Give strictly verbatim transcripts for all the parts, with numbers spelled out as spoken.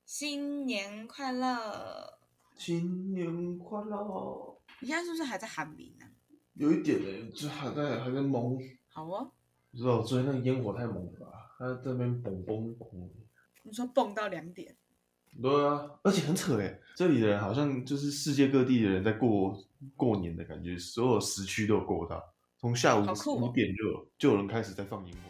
新年快乐！ 新年快乐！ 你现在是不是还在喊名呢、啊？ 有一点呢，就还在还在懵。 好哦。 不知道，昨天那个烟火太猛了吧？它在那边蹦蹦蹦。 你说蹦到两点？ 对啊，而且很扯哎，这里的人好像就是世界各地的人在过过年的感觉，所有时区都有过到，从下午五点就有、哦、就有人开始在放烟火。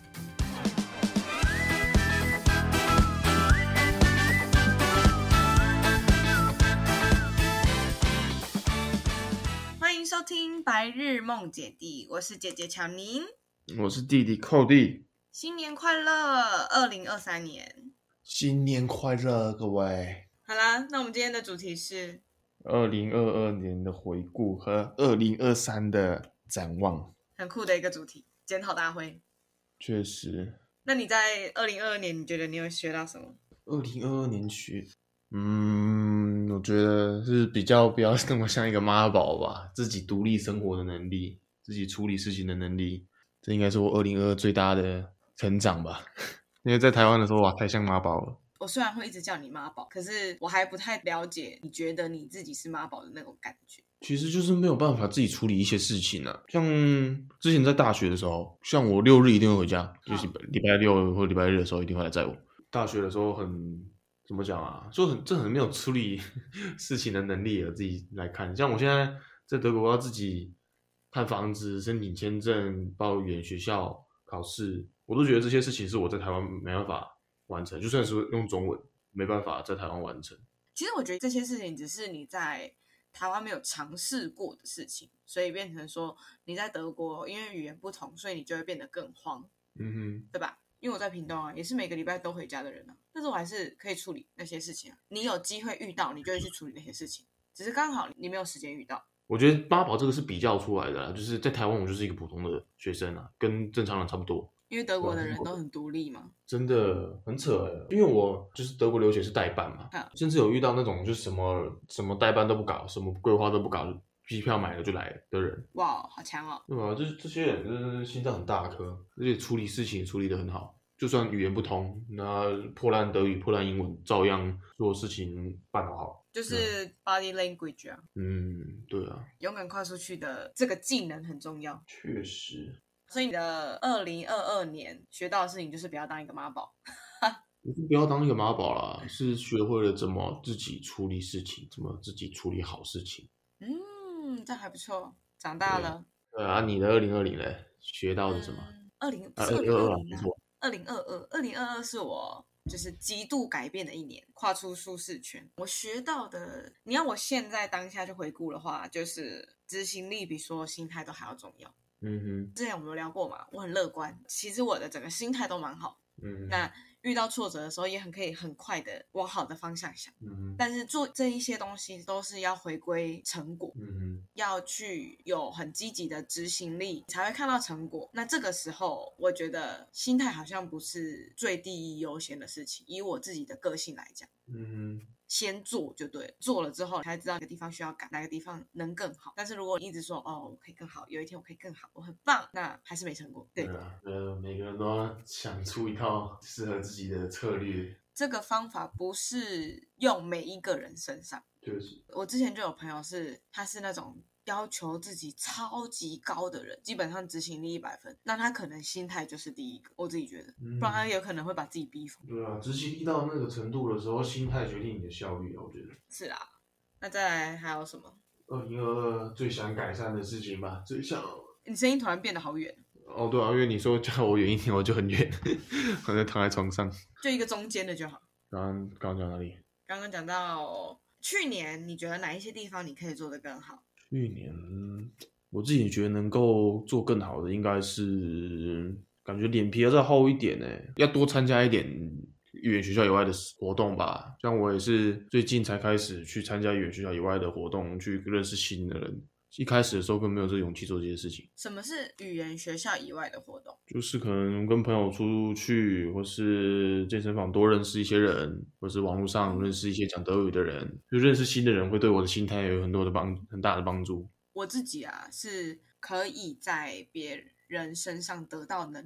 欢迎收听白日梦姐弟，我是姐姐乔宁， 我是弟弟寇弟。 新年快乐！二零二三年， 新年快乐，各位。 好啦，那我们今天的主题是二零二二年的回顾和二零二三的展望， 很酷的一个主题，检讨大会。 确实。 那你在二零二二年，你觉得你有学到什么？ 二零二二年学，嗯，我觉得是比较不要那么像一个妈宝吧，自己独立生活的能力，自己处理事情的能力，这应该是我二零二二最大的成长吧。因为在台湾的时候，哇，太像妈宝了。 我虽然会一直叫你妈宝，可是我还不太了解你觉得你自己是妈宝的那种感觉。 其实就是没有办法自己处理一些事情啊，像之前在大学的时候，像我六日一定会回家，就是礼拜六或礼拜日的时候一定会来载我。大学的时候很怎么讲啊，就很这很没有处理事情的能力了，自己来看。像我现在在德国要自己看房子、申请签证、报语言学校、考试，我都觉得这些事情是我在台湾没办法完成，就算是用中文没办法在台湾完成。 其实我觉得这些事情只是你在台湾没有尝试过的事情，所以变成说你在德国因为语言不同，所以你就会变得更慌， 嗯哼， 对吧？因为我在屏东啊，也是每个礼拜都回家的人啊，但是我还是可以处理那些事情啊。你有机会遇到，你就会去处理那些事情，只是刚好你没有时间遇到。 我觉得妈宝这个是比较出来的啦，就是在台湾我就是一个普通的学生啊，跟正常人差不多。 因为德国的人都很独立嘛， 真的很扯哎、欸。因为我就是德国留学是代办嘛， 啊、 甚至有遇到那种就是什么什么代办都不搞，什么规划都不搞，机票买了就来的人。 哇，好强哦！ 对吧？就是这些人就是心脏很大颗，而且处理事情处理得很好。就算语言不通，那破烂德语、破烂英文，照样做事情办得好。 就是 body language 啊， 嗯，对啊， 勇敢跨出去的这个技能很重要。 确实。 所以你的二零二二年学到的事情就是不要当一个妈宝。 我就不要当一个妈宝啦，是学会了怎么自己处理事情，怎么自己处理好事情。 嗯，这还不错，长大了。 对啊，你的二零二零嘞，学到的什么？ 二零二零二二没错， 二零二二，二零二二是我就是极度改变的一年，跨出舒适圈。我学到的，你要我现在当下去回顾的话，就是执行力比所有心态都还要重要。 嗯哼， 之前我们有聊过嘛，我很乐观，其实我的整个心态都蛮好。 嗯， 那遇到挫折的时候也很可以很快的往好的方向想。 嗯， 但是做这一些东西都是要回归成果， 嗯， 要去有很积极的执行力才会看到成果。那这个时候我觉得心态好像不是最第一优先的事情，以我自己的个性来讲， 嗯， 先做就对了，做了之后才知道哪个地方需要改，哪个地方能更好。但是如果你一直说哦我可以更好，有一天我可以更好，我很棒，那还是没成果。对啊，呃，每个人都要想出一套适合自己的策略。 这个方法不是用每一个人身上， 就是我之前就有朋友是他是那种要求自己超级高的人，基本上执行力一百分，那他可能心态就是第一个，我自己觉得， 嗯、 不然他有可能会把自己逼疯。 对啊，执行力到那个程度的时候，心态决定你的效率啊，我觉得。 是啊，那再来还有什么？ 二零二二最想改善的事情吧，最想…… 你声音突然变得好远。 哦，对啊，因为你说叫我远一点，我就很远，我在躺在床上。 就一个中间的就好。 刚刚刚讲哪里？ 刚刚讲到去年，你觉得哪一些地方你可以做得更好？ 去年我自己觉得能够做更好的，应该是感觉脸皮要再厚一点呢，要多参加一点语言学校以外的活动吧。像我也是最近才开始去参加语言学校以外的活动，去认识新的人。一开始的时候根本没有这个勇气做这些事情。 什么是语言学校以外的活动？ 就是可能跟朋友出去，或是健身房多认识一些人，或是网络上认识一些讲德语的人，就认识新的人会对我的心态有很多的帮很大的帮助。 我自己啊是可以在别人身上得到能量，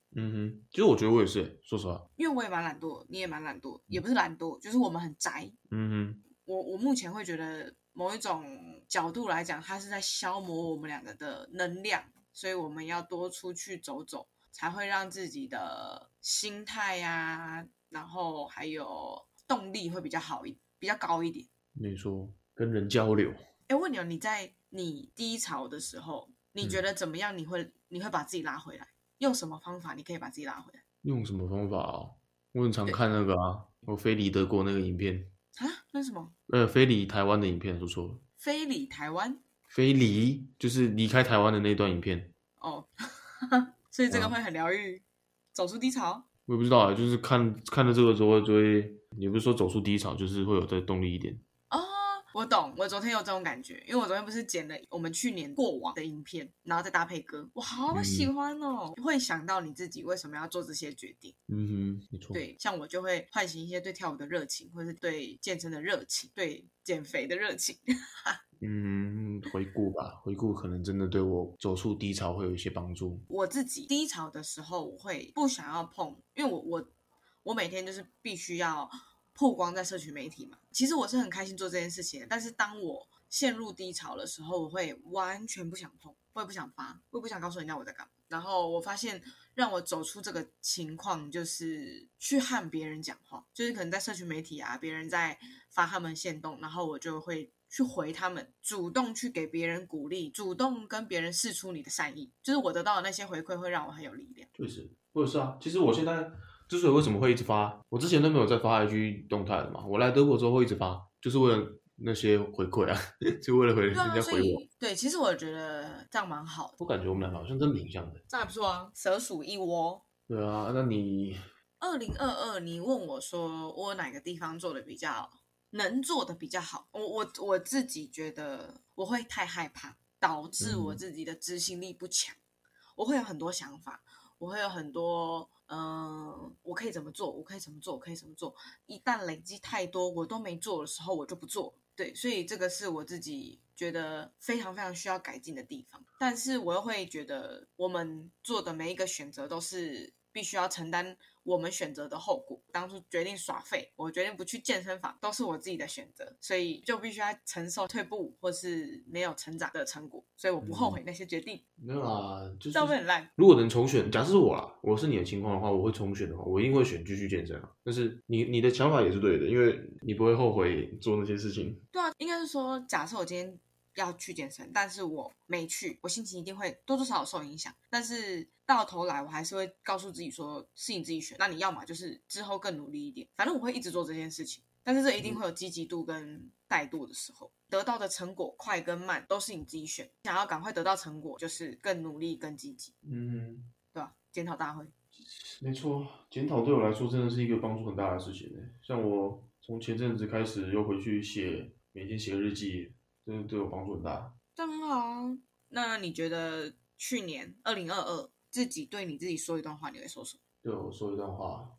嗯哼，其实我觉得我也是、欸，说实话。 因为我也蛮懒惰，你也蛮懒惰，也不是懒惰，就是我们很宅。 嗯哼， 我我目前会觉得某一种角度来讲，它是在消磨我们两个的能量，所以我们要多出去走走，才会让自己的心态呀、啊，然后还有动力会比较好一比较高一点。 没错，跟人交流。 哎，问你哦，你在你低潮的时候，你觉得怎么样？你会你会把自己拉回来？用什么方法你可以把自己拉回来？ 用什么方法哦？我很常对看那个啊，我飞离德国那个影片， 啊，那是什么？ 呃，飞离台湾的影片说错了， 飞离台湾飞离就是离开台湾的那段影片。 哦，所以这个啊， 会很疗愈，走出低潮。 我也不知道啊，就是看看了这个之后就会，也不是说走出低潮，就是会有这动力一点。 哦，我懂，我昨天有这种感觉，因为我昨天不是剪了我们去年过往的影片，然后再搭配歌，我好喜嗯欢哦，会想到你自己为什么要做这些决定。 嗯哼，没错。 对，像我就会唤醒一些对跳舞的热情，或是对健身的热情，对减肥的热情。 嗯，回顾吧，回顾可能真的对我走出低潮会有一些帮助。 我自己低潮的时候，我会不想要碰，因为我我我每天就是必须要曝光在社群媒体嘛。其实我是很开心做这件事情的，但是当我陷入低潮的时候，我会完全不想碰，我也不想发，我也不想告诉人家我在干嘛。然后我发现让我走出这个情况，就是去和别人讲话，就是可能在社群媒体啊，别人在发他们限动，然后我就会去回他们，主动去给别人鼓励，主动跟别人释出你的善意，就是我得到的那些回馈会让我很有力量。 确实，或者是啊，其实我现在之所以为什么会一直发，我之前都没有在发 I G 动态的嘛，我来德国之后会一直发，就是为了那些回馈啊，就为了回人对啊， 家回我。 所以对，其实我觉得这样蛮好的， 我感觉我们两个好像真的挺像的。 这样还不错啊，蛇鼠一窝。 对啊，那你二零二二，你问我说我哪个地方做的比较能做的比较好？我我我自己觉得我会太害怕，导致我嗯自己的执行力不强。我会有很多想法，我会有很多嗯、呃我可以怎么做，我可以怎么做，我可以怎么做。一旦累积太多我都没做的时候，我就不做。对，所以这个是我自己觉得非常非常需要改进的地方。但是我又会觉得，我们做的每一个选择都是必须要承担我们选择的后果。当初决定耍废，我决定不去健身房，都是我自己的选择，所以就必须要承受退步或是没有成长的成果。所以我不后悔那些决定。 没有啦，就是这样会很烂。 如果能重选，假设是我啦，我是你的情况的话，我会重选的话，我一定会选继续健身啊。但是你你的想法也是对的，因为你不会后悔做那些事情。 对啊，应该是说，假设我今天要去健身，但是我没去，我心情一定会多多少少受影响。但是到头来，我还是会告诉自己说，是你自己选。那你要嘛就是之后更努力一点，反正我会一直做这件事情。但是这一定会有积极度跟怠惰的时候，得到的成果快跟慢都是你自己选。想要赶快得到成果，就是更努力、更积极， 嗯， 对吧？检讨大会。 没错，检讨对我来说真的是一个帮助很大的事情呢。像我从前阵子开始又回去写，每天写日记，真的对我帮助很大。 这样很好啊。那你觉得去年二零二二自己对你自己说一段话，你会说什么？ 对我说一段话，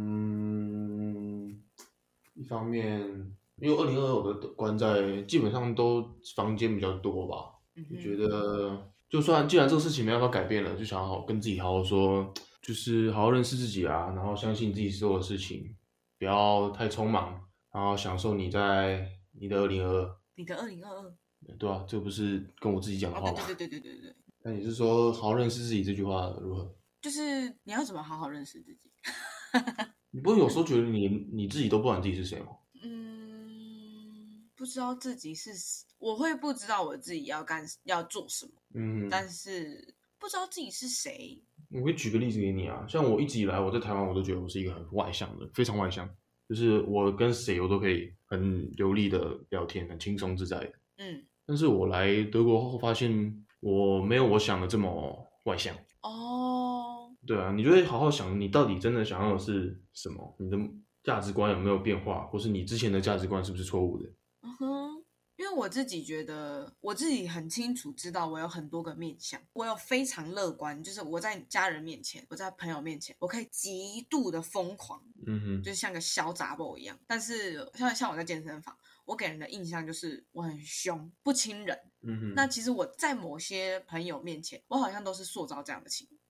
嗯，一方面，因为二零二二我的关在基本上都房间比较多吧， 嗯就觉哼， 得就算既然这个事情没办法改变了，就想好跟自己好好说，就是好好认识自己啊，然后相信自己做的事情，不要太匆忙，然后享受你在你的二零二二， 你的二零二二。 对啊，这不是跟我自己讲的哦， 话吗？ 对对对对对对对， 那你是说好好认识自己这句话如何？ 就是你要怎么好好认识自己？ 你不会有时候觉得你你自己都不知道你自己是谁吗？ 嗯，不知道自己是，我会不知道我自己要干要做什么， 嗯， 但是不知道自己是谁。 我可以举个例子给你啊，像我一直以来我在台湾，我都觉得我是一个很外向的，非常外向，就是我跟谁我都可以很流利的聊天，很轻松自在的。 嗯， 但是我来德国后发现，我没有我想的这么外向。 哦， 对啊，你就会好好想，你到底真的想要的是什么？你的价值观有没有变化，或是你之前的价值观是不是错误的？ 嗯哼，因为我自己觉得，我自己很清楚知道我有很多个面向，我有非常乐观，就是我在家人面前，我在朋友面前，我可以极度的疯狂， 嗯哼， 就是像个小杂宝一样。但是像像我在健身房，我给人的印象就是我很凶，不亲人。 嗯哼， 那其实我在某些朋友面前，我好像都是塑造这样的情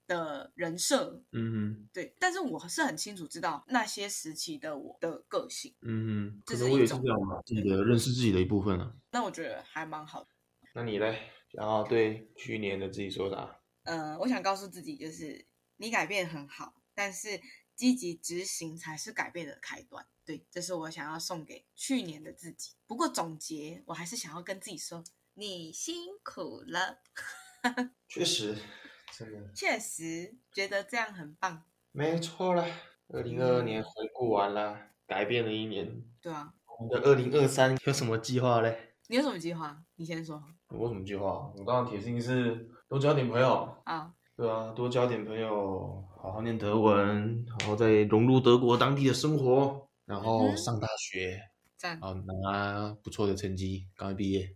的人设， 嗯哼， 对，但是我是很清楚知道那些时期的我的个性， 嗯哼， 这可能我也是是一种这样吧，自己的认识自己的一部分啊。 那我觉得还蛮好的。 那你嘞？然后对去年的自己说啥？ 呃，我想告诉自己，就是你改变很好，但是积极执行才是改变的开端。对，这是我想要送给去年的自己。不过总结，我还是想要跟自己说，你辛苦了。 确实，真的确实觉得这样很棒。 没错啦。二零二二年嗯， 回顾完了，改变了一年。 对啊， 我们的二零二三有什么计划嘞？ 你有什么计划？你先说。 我有什么计划？我当然铁定是多交点朋友。 啊， 对啊，多交点朋友，好好念德文，好好再融入德国当地的生活，然嗯哼， 后上大学， 赞。 好拿不错的成绩，赶快毕业。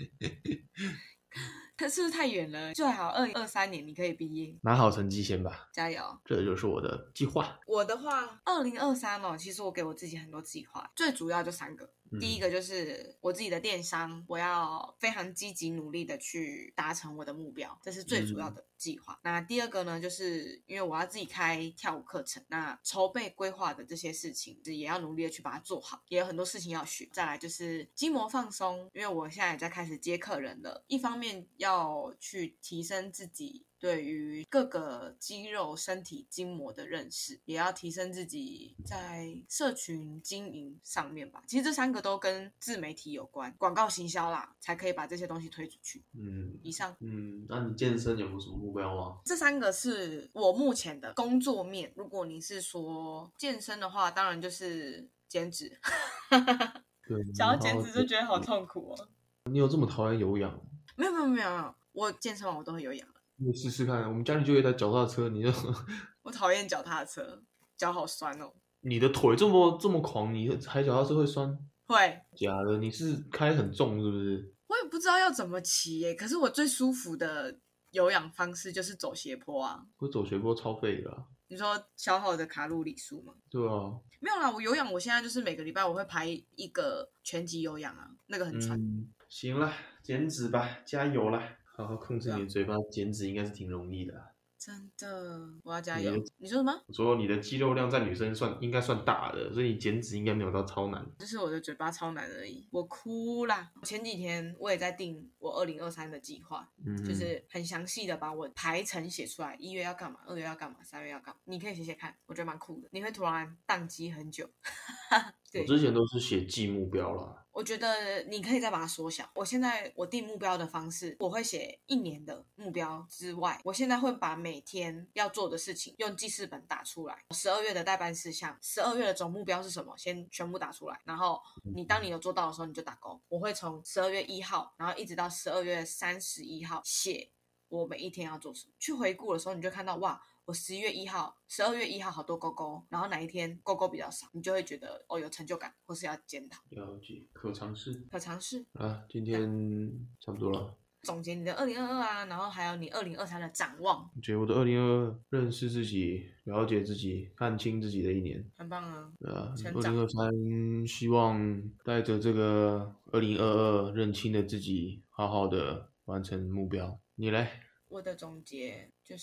它是不是太远了？最好二零二三年你可以毕业， 拿好成绩先吧， 加油。 这就是我的计划。 我的话，二零二三哦，其实我给我自己很多计划，最主要就三个。 嗯第一个就是我自己的电商，我要非常积极努力的去达成我的目标，这是最主要的计划。那第二个呢，就是因为我要自己开跳舞课程，那筹备规划的这些事情，也要努力的去把它做好，也有很多事情要学。再来就是筋膜放松，因为我现在也在开始接客人了，一方面要去提升自己对于各个肌肉、身体筋膜的认识，也要提升自己在社群经营上面吧。其实这三个都跟自媒体有关，广告行销啦，才可以把这些东西推出去。 嗯以上嗯，那你健身有没有什么目标吗？ 这三个是我目前的工作面。如果你是说健身的话，当然就是减脂。 对， 想要减脂就觉得好痛苦哦。 你有这么讨厌有氧？ 没有没有没有没有，我健身完我都会有氧了。 你试试看，我们家里就有一台脚踏车，你就我讨厌脚踏车，脚好酸哦。 你的腿这么这么狂，你踩脚踏车会酸？ 会， 假的，你是开很重是不是？ 我也不知道要怎么骑耶。可是我最舒服的有氧方式就是走斜坡啊。 我走斜坡超废的啊。 你说消耗的卡路里数吗？ 对啊， 没有啦，我有氧，我现在就是每个礼拜我会排一个全集有氧啊，那个很喘。 嗯，行了，减脂吧，加油啦！好好控制你的对啊， 嘴巴，减脂应该是挺容易的啊。 真的，我要加你的油。你说什么？ 我说你的肌肉量在女生算应该算大的，所以你减脂应该没有到超难。 就是我的嘴巴超难而已，我哭啦。前几天我也在定我二零二三的计划， 嗯哼， 就是很详细的把我排程写出来，一月要干嘛，二月要干嘛，三月要干嘛，你可以写写看，我觉得蛮酷的。你会突然宕机很久，对， 我之前都是写记目标啦。 我觉得你可以再把它缩小。我现在我定目标的方式，我会写一年的目标之外，我现在会把每天要做的事情用记事本打出来。十二月的待办事项，十二月的总目标是什么，先全部打出来。然后你当你有做到的时候，你就打勾。我会从十二月一号，然后一直到十二月三十一号写我每一天要做什么。去回顾的时候，你就看到哇。我十一月一号、十二月一号好多勾勾，然后哪一天勾勾比较少，你就会觉得哦有成就感，或是要检讨。 了解，可尝试可尝试啊。今天差不多了。 总结你的二零二二啊，然后还有你二零二三的展望， 我觉得我的二零二二认识自己、了解自己、看清自己的一年。 很棒啊！ 对啊， 成长二零二三希望带着这个二零二二认清的自己，好好的完成目标。你嘞？ 我的总结就是，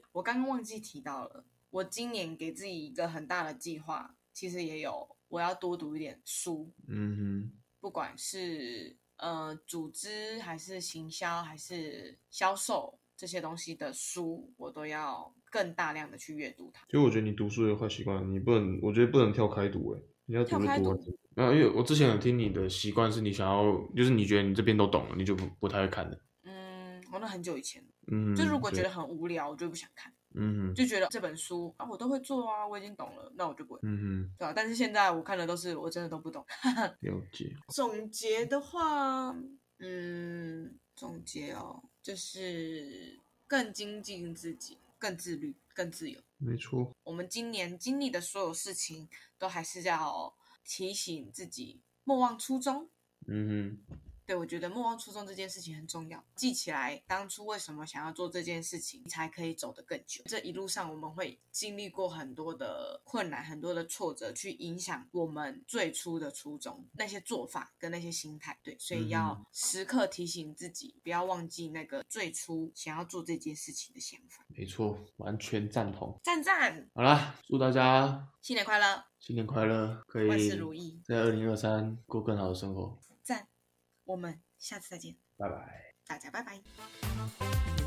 我刚刚忘记提到了，我今年给自己一个很大的计划，其实也有我要多读一点书， 嗯哼， 不管是呃组织还是行销还是销售这些东西的书，我都要更大量的去阅读它。 其实我觉得你读书有坏习惯，你不能，我觉得不能跳开读，诶，你要读就读完。 跳开读， 啊，因为我之前有听你的习惯是你想要，就是你觉得你这边都懂了，你就不不太会看的。 嗯，我那很久以前了， 嗯， 就如果觉对得很无聊，我就不想看。 嗯哼， 就觉得这本书啊，我都会做啊，我已经懂了，那我就不会， 嗯对啊，但是现在我看的都是我真的都不懂。 哼，了解。 总结的话，嗯，总结哦，就是更精进自己，更自律，更自由。 没错， 我们今年经历的所有事情，都还是要提醒自己莫忘初衷。 嗯哼， 对，我觉得莫忘初衷这件事情很重要，记起来当初为什么想要做这件事情，才可以走得更久。这一路上我们会经历过很多的困难，很多的挫折，去影响我们最初的初衷，那些做法跟那些心态。对，所以要时刻提醒自己，不要忘记那个最初想要做这件事情的想法。 没错，完全赞同。 赞赞！ 好啦，祝大家新年快乐， 新年快乐，可万事以如意， 在二零二三过更好的生活。 赞！我们下次再见， 拜拜。 大家拜拜。